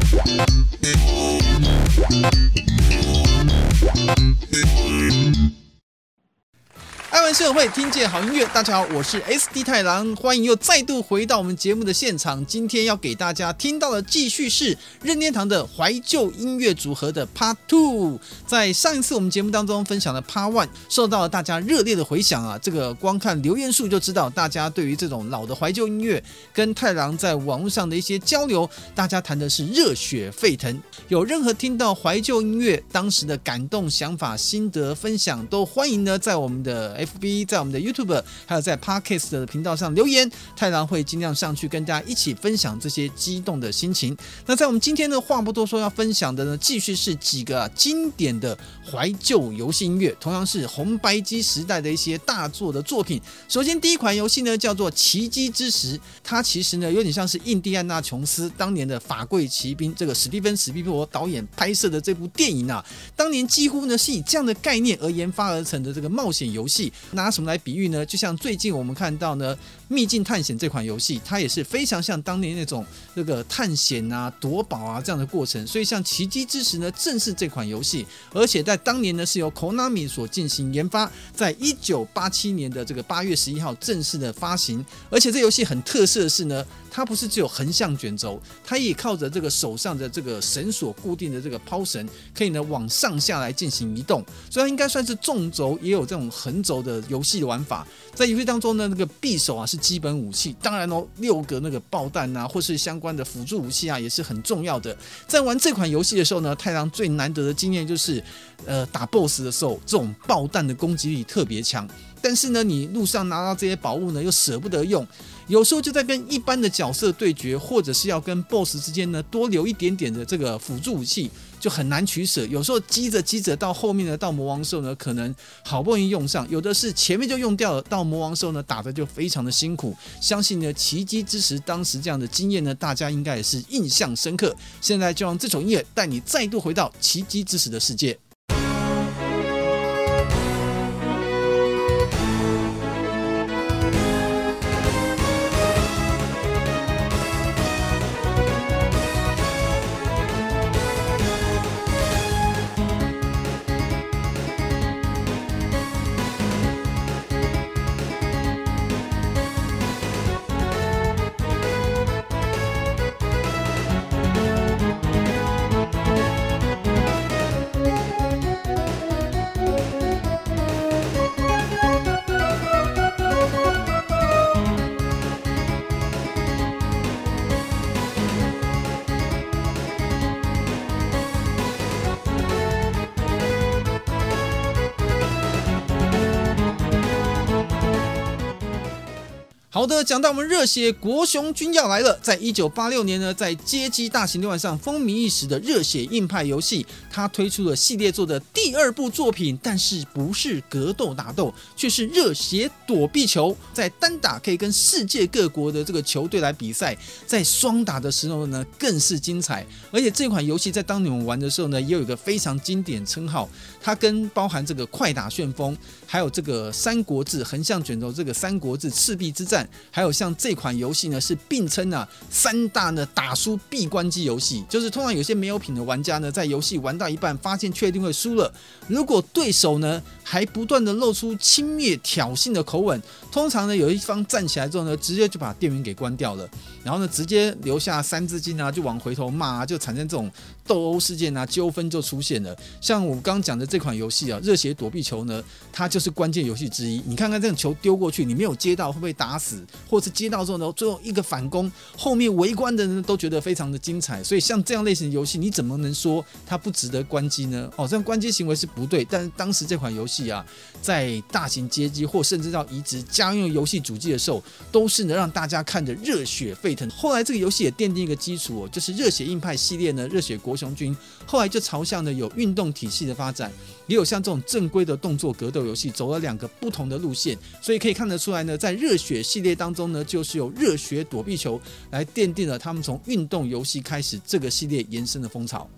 爱玩社会，听见好音乐。大家好，我是 SD 太郎，欢迎又再度回到我们节目的现场。今天要给大家听到的继续是任天堂的怀旧音乐组合的 Part 2。在上一次我们节目当中分享的 Part 1，受到了大家热烈的回响啊！这个光看留言数就知道，大家对于这种老的怀旧音乐跟太郎在网络上的一些交流，大家谈的是热血沸腾。有任何听到怀旧音乐当时的感动、想法、心得分享，都欢迎呢在我们的FB， 在我们的 YouTube， 还有在 Podcast 的频道上留言，太郎会尽量上去跟大家一起分享这些激动的心情。那在我们今天的话不多说，要分享的呢，继续是几个经典的怀旧游戏音乐，同样是红白机时代的一些大作的作品。首先第一款游戏呢叫做《奇迹之石》，它其实呢有点像是印第安纳琼斯当年的法柜骑兵，这个史蒂芬史匹柏导演拍摄的这部电影啊，当年几乎呢是以这样的概念而研发而成的这个冒险游戏。拿什么来比喻呢？就像最近我们看到呢，《秘境探险》这款游戏，它也是非常像当年那种这个探险啊、夺宝啊这样的过程。所以像《奇迹之石》呢，正是这款游戏，而且在当年呢是由 Konami 所进行研发，在1987年的这个8月11号正式的发行。而且这游戏很特色的是呢，它不是只有横向卷轴，它也靠着这个手上的这个绳索固定的这个抛绳，可以呢往上下来进行移动，所以它应该算是纵轴也有这种横轴的游戏的玩法。在游戏当中呢，那个匕首啊是基本武器，当然哦，6个那个爆弹啊，或是相关的辅助武器啊，也是很重要的。在玩这款游戏的时候呢，太郎最难得的经验就是，打 BOSS 的时候，这种爆弹的攻击力特别强。但是呢，你路上拿到这些宝物呢，又舍不得用，有时候就在跟一般的角色对决，或者是要跟 BOSS 之间呢多留一点点的这个辅助武器，就很难取舍。有时候积着到后面呢，到魔王兽呢，可能好不容易用上，有的是前面就用掉了，到魔王兽呢打的就非常的辛苦。相信呢，奇迹之石当时这样的经验呢，大家应该也是印象深刻。现在就让这首音乐带你再度回到奇迹之石的世界。好的，讲到我们热血国雄军要来了。在1986年呢，在街机大型游玩上风靡一时的热血硬派游戏，它推出了系列作的第2部作品，但是不是格斗打斗，却是热血躲避球。在单打可以跟世界各国的这个球队来比赛，在双打的时候呢更是精彩。而且这款游戏在当年我们玩的时候呢，也有一个非常经典称号，它跟包含这个快打旋风，还有这个三国志横向卷轴这个三国志赤壁之战，还有像这款游戏呢是并称啊3大呢打输闭关机游戏。就是通常有些没有品的玩家呢，在游戏玩到一半发现确定会输了，如果对手呢还不断的露出轻蔑挑衅的口吻，通常呢有一方站起来之后呢，直接就把电源给关掉了，然后呢直接留下3字经啊，就往回头骂啊，就产生这种斗殴事件啊，纠纷就出现了。像我刚刚讲的这款游戏啊，热血躲避球呢，它就是关键游戏之一。你看看这种球丢过去，你没有接到会不会打死，或是接到之后呢，最后一个反攻，后面围观的人都觉得非常的精彩。所以像这样类型的游戏，你怎么能说它不值得关机呢？这样关机行为是不对。但是当时这款游戏啊，在大型街机或甚至到移植家用游戏主机的时候，都是能让大家看得热血沸腾。后来这个游戏也奠定一个基础就是热血硬派系列呢，热血国雄军后来就朝向呢有运动体系的发展，也有像这种正规的动作格斗游戏，走了2个不同的路线。所以可以看得出来呢，在热血系列当中呢，就是有热血躲避球来奠定了他们从运动游戏开始这个系列延伸的风潮。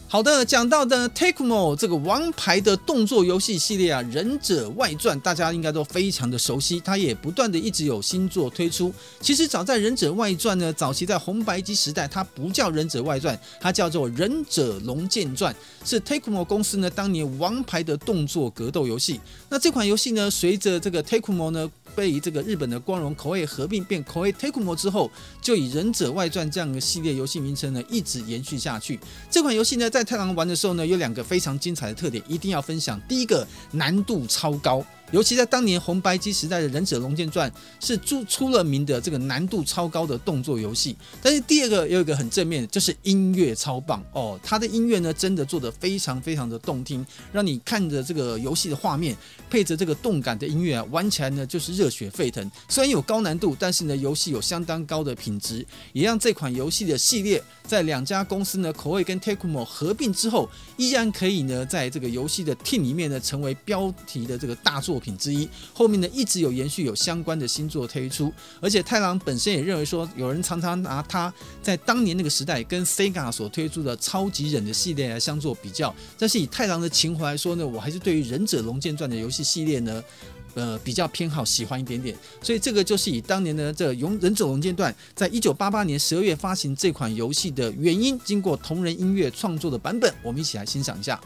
好的，讲到的 Tecmo 这个王牌的动作游戏系列啊，忍者外传大家应该都非常的熟悉，它也不断的一直有新作推出。其实早在忍者外传呢，早期在红白机时代，它不叫忍者外传，它叫做忍者龙剑传，是 Tecmo 公司呢当年王牌的动作格斗游戏。那这款游戏呢，随着这个 Tecmo 呢被这个日本的光荣口味合并变口味 Tecmo 之后，就以忍者外传这样的系列游戏名称呢一直延续下去。这款游戏呢在太郎玩的时候呢，有2个非常精彩的特点，一定要分享。第一个，难度超高。尤其在当年红白机时代的《忍者龙剑传》是出了名的这个难度超高的动作游戏。但是第二个有一个很正面，就是音乐超棒哦，它的音乐呢真的做得非常非常的动听，让你看着这个游戏的画面，配着这个动感的音乐啊，玩起来呢就是热血沸腾。虽然有高难度，但是呢游戏有相当高的品质，也让这款游戏的系列在2家公司呢口味跟 Tecmo 合并之后，依然可以呢在这个游戏的 team 里面呢成为标题的这个大作品之一，后面呢一直有延续有相关的新作推出，而且太郎本身也认为说，有人常常拿他在当年那个时代跟 Sega 所推出的超级忍的系列来相做比较，但是以太郎的情怀来说呢，我还是对于忍者龙剑传的游戏系列呢比较偏好喜欢一点点，所以这个就是以当年的这忍者龙剑传在1988年12月发行这款游戏的原因，经过同人音乐创作的版本，我们一起来欣赏一下。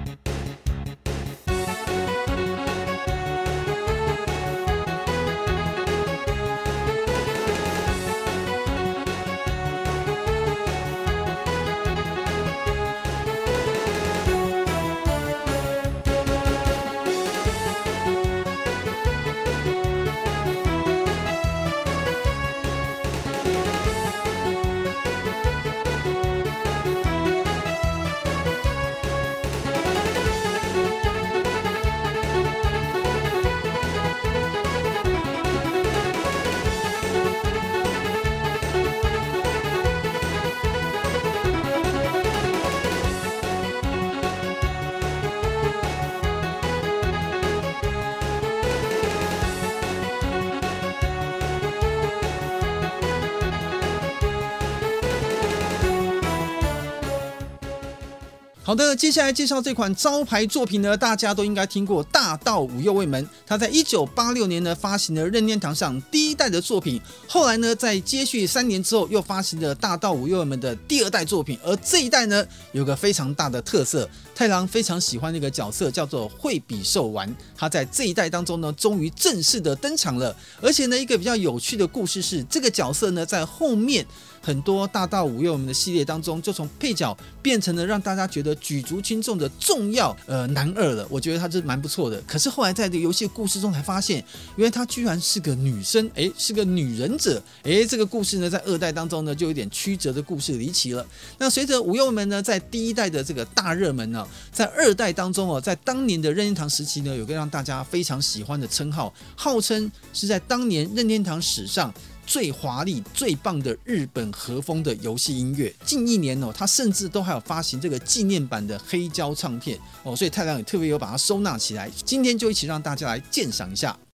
好的，接下来介绍这款招牌作品呢，大家都应该听过《大道五右卫门》。它在1986年呢发行了任天堂上第1代的作品，后来呢在接续3年之后又发行了《大道五右卫门》的第2代作品。而这一代呢有个非常大的特色，太郎非常喜欢那个角色叫做惠比寿丸，他在这一代当中呢终于正式的登场了。而且呢一个比较有趣的故事是，这个角色呢在后面很多大道五右卫门的系列当中，就从配角变成了让大家觉得举足轻重的重要男二了。我觉得他这蛮不错的。可是后来在这个游戏故事中才发现，原来他居然是个女生，是个女忍者。这个故事呢在2代当中呢就有点曲折的故事离奇了。那随着五右卫门呢在第1代的这个大热门呢，在2代当中在当年的任天堂时期呢有个让大家非常喜欢的称号，号称是在当年任天堂史上最华丽最棒的日本和风的游戏音乐。近1年它甚至都还有发行这个纪念版的黑胶唱片所以太郎也特别有把它收纳起来，今天就一起让大家来鉴赏一下。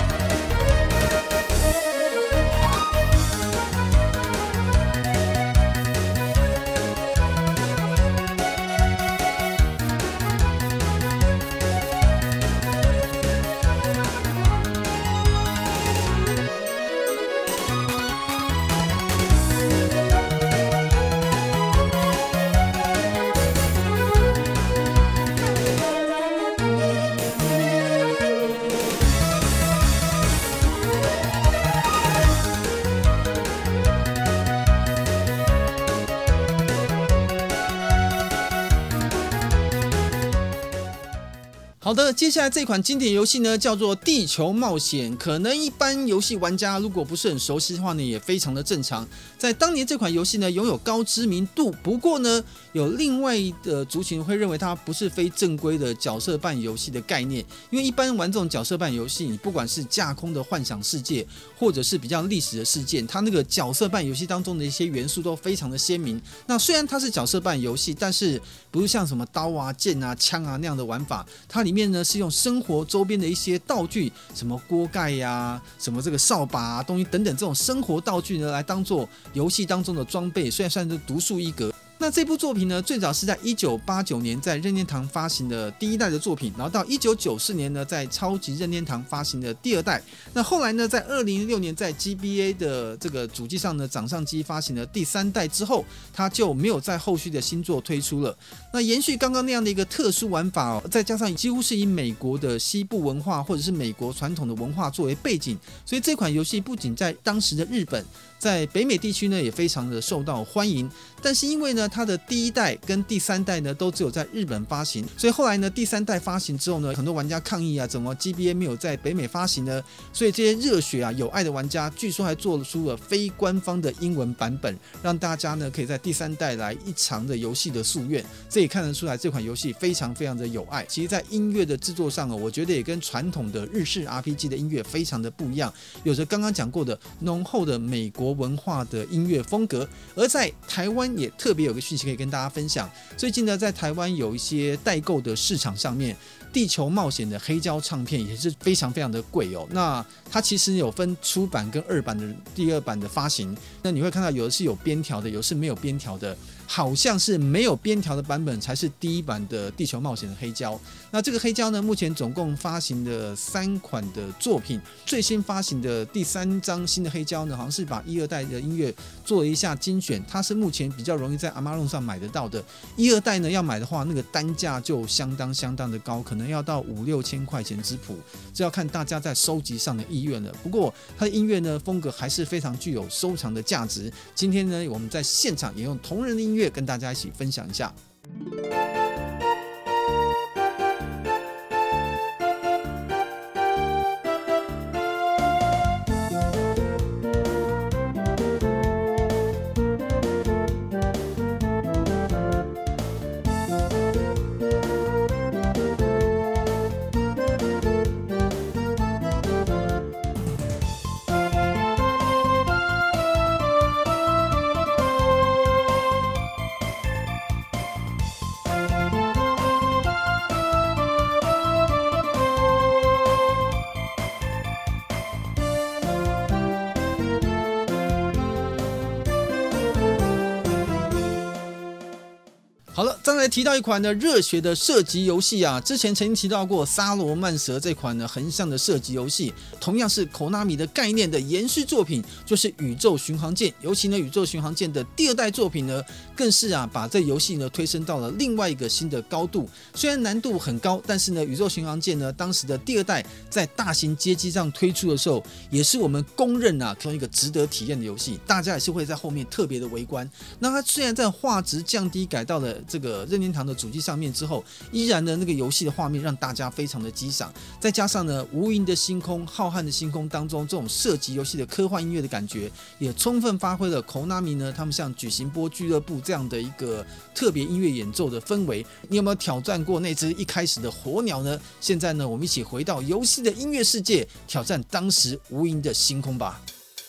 好的，接下来这款经典游戏呢叫做《地球冒险》，可能一般游戏玩家如果不是很熟悉的话呢，也非常的正常。在当年这款游戏呢拥有高知名度，不过呢有另外的族群会认为它不是非正规的角色扮游戏的概念，因为一般玩这种角色扮游戏，你不管是架空的幻想世界，或者是比较历史的事件，它那个角色扮游戏当中的一些元素都非常的鲜明。那虽然它是角色扮游戏，但是不是像什么刀啊、剑啊、枪啊那样的玩法，它里面呢是用生活周边的一些道具，什么锅盖呀、什么这个扫把东西等等这种生活道具呢，来当做游戏当中的装备，虽然算是独树一格。那那这部作品呢，最早是在1989年在任天堂发行的第一代的作品，然后到1994年呢，在超级任天堂发行的第二代。那后来呢，在2006年在 GBA 的这个主机上呢，掌上机发行了第三代之后，它就没有在后续的新作推出了。那延续刚刚那样的一个特殊玩法哦，再加上几乎是以美国的西部文化或者是美国传统的文化作为背景，所以这款游戏不仅在当时的日本，在北美地区呢也非常的受到欢迎。但是因为呢，它的第一代跟第三代呢都只有在日本发行，所以后来呢第三代发行之后呢，很多玩家抗议啊，怎么 GBA 没有在北美发行呢？所以这些热血啊有爱的玩家，据说还做出了非官方的英文版本，让大家呢可以在第三代来一尝的游戏的夙愿。这也看得出来这款游戏非常非常的有爱。其实在音乐的制作上我觉得也跟传统的日式 RPG 的音乐非常的不一样，有着刚刚讲过的浓厚的美国文化的音乐风格。而在台湾也特别有个讯息可以跟大家分享，最近呢在台湾有一些代购的市场上面，地球冒险的黑胶唱片也是非常非常的贵哦。那它其实有分初版跟二版的第二版的发行，那你会看到有的是有边条的，有的是没有边条的，好像是没有边条的版本才是第一版的地球冒险的黑胶。那这个黑胶呢，目前总共发行了3款的作品，最新发行的第3张新的黑胶呢，好像是把1、2代的音乐做了一下精选，它是目前比较容易在 Amazon 上买得到的。1、2代呢要买的话，那个单价就相当的高，可能要到5、6千块钱之谱，这要看大家在收集上的意愿了。不过它的音乐呢风格还是非常具有收藏的价值。今天呢，我们在现场也用同人的音乐跟大家一起分享一下。好了，再来提到一款呢热血的射击游戏啊，之前曾经提到过沙罗曼蛇这款呢横向的射击游戏，同样是 Konami 的概念的延续作品，就是宇宙巡航舰。尤其呢宇宙巡航舰的第2代作品呢，更是把这游戏呢推升到了另外一个新的高度。虽然难度很高，但是呢宇宙巡航舰呢当时的第2代在大型街机上推出的时候，也是我们公认其中一个值得体验的游戏，大家也是会在后面特别的围观。那它虽然在画质降低改到了这个任天堂的主机上面之后，依然的那个游戏的画面让大家非常的激赏，再加上呢无垠的星空、浩瀚的星空当中，这种射击游戏的科幻音乐的感觉，也充分发挥了 Konami 呢他们像举行波俱乐部这样的一个特别音乐演奏的氛围。你有没有挑战过那只一开始的火鸟呢？现在呢我们一起回到游戏的音乐世界，挑战当时无垠的星空吧。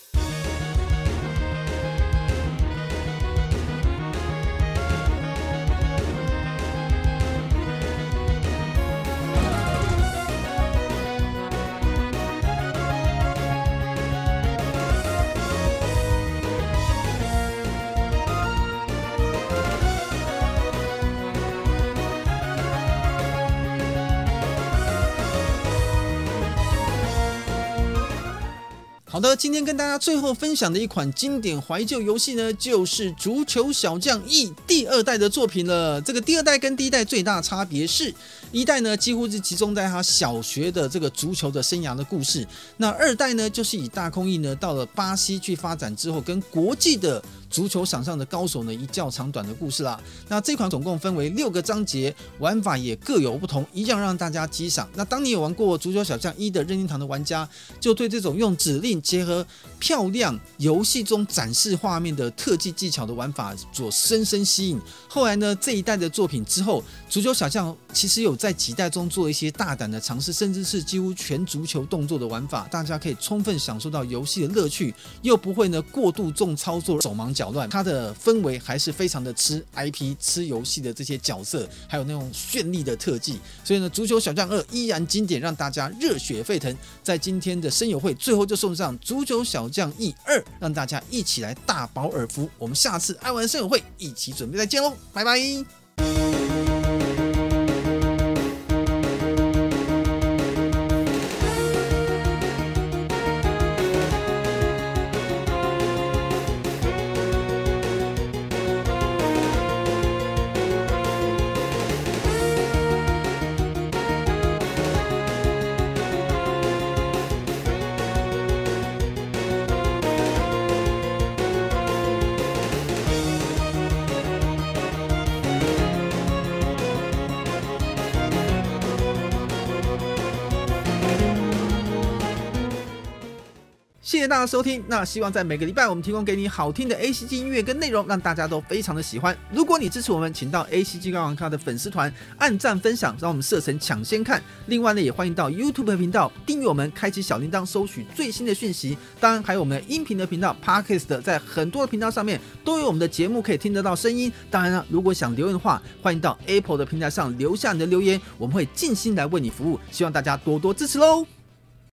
好的，今天跟大家最后分享的一款经典怀旧游戏呢，就是《足球小将 E》第2代的作品了。这个第2代跟第1代最大差别是，1代呢几乎是集中在他小学的这个足球的生涯的故事，那2代呢就是以大空翼呢到了巴西去发展之后，跟国际的足球场上的高手呢一较长短的故事啦。那这款总共分为6个章节，玩法也各有不同，一样让大家激赏。那当你有玩过《足球小将1》的任天堂的玩家，就对这种用指令结合漂亮游戏中展示画面的特技技巧的玩法所深深吸引。后来呢，这一代的作品之后，足球小将其实有在几代中做一些大胆的尝试，甚至是几乎全足球动作的玩法，大家可以充分享受到游戏的乐趣，又不会呢过度重操作手忙脚乱，它的氛围还是非常的吃 IP 吃游戏的这些角色，还有那种绚丽的特技，所以呢足球小将2依然经典，让大家热血沸腾。在今天的声友会最后就送上足球小将2，让大家一起来大饱耳福。我们下次爱玩声友会一起准备再见喽，拜拜。谢谢大家收听，那希望在每个礼拜我们提供给你好听的 ACG 音乐跟内容，让大家都非常的喜欢。如果你支持我们，请到 ACG 高玩咖的粉丝团按赞分享，让我们社神抢先看。另外呢，也欢迎到 YouTube 频道订阅我们，开启小铃铛，收取最新的讯息。当然还有我们的音频的频道 Podcast， 在很多的频道上面都有我们的节目可以听得到声音。当然了，如果想留言的话，欢迎到 Apple 的平台上留下你的留言，我们会尽心来为你服务。希望大家多多支持喽。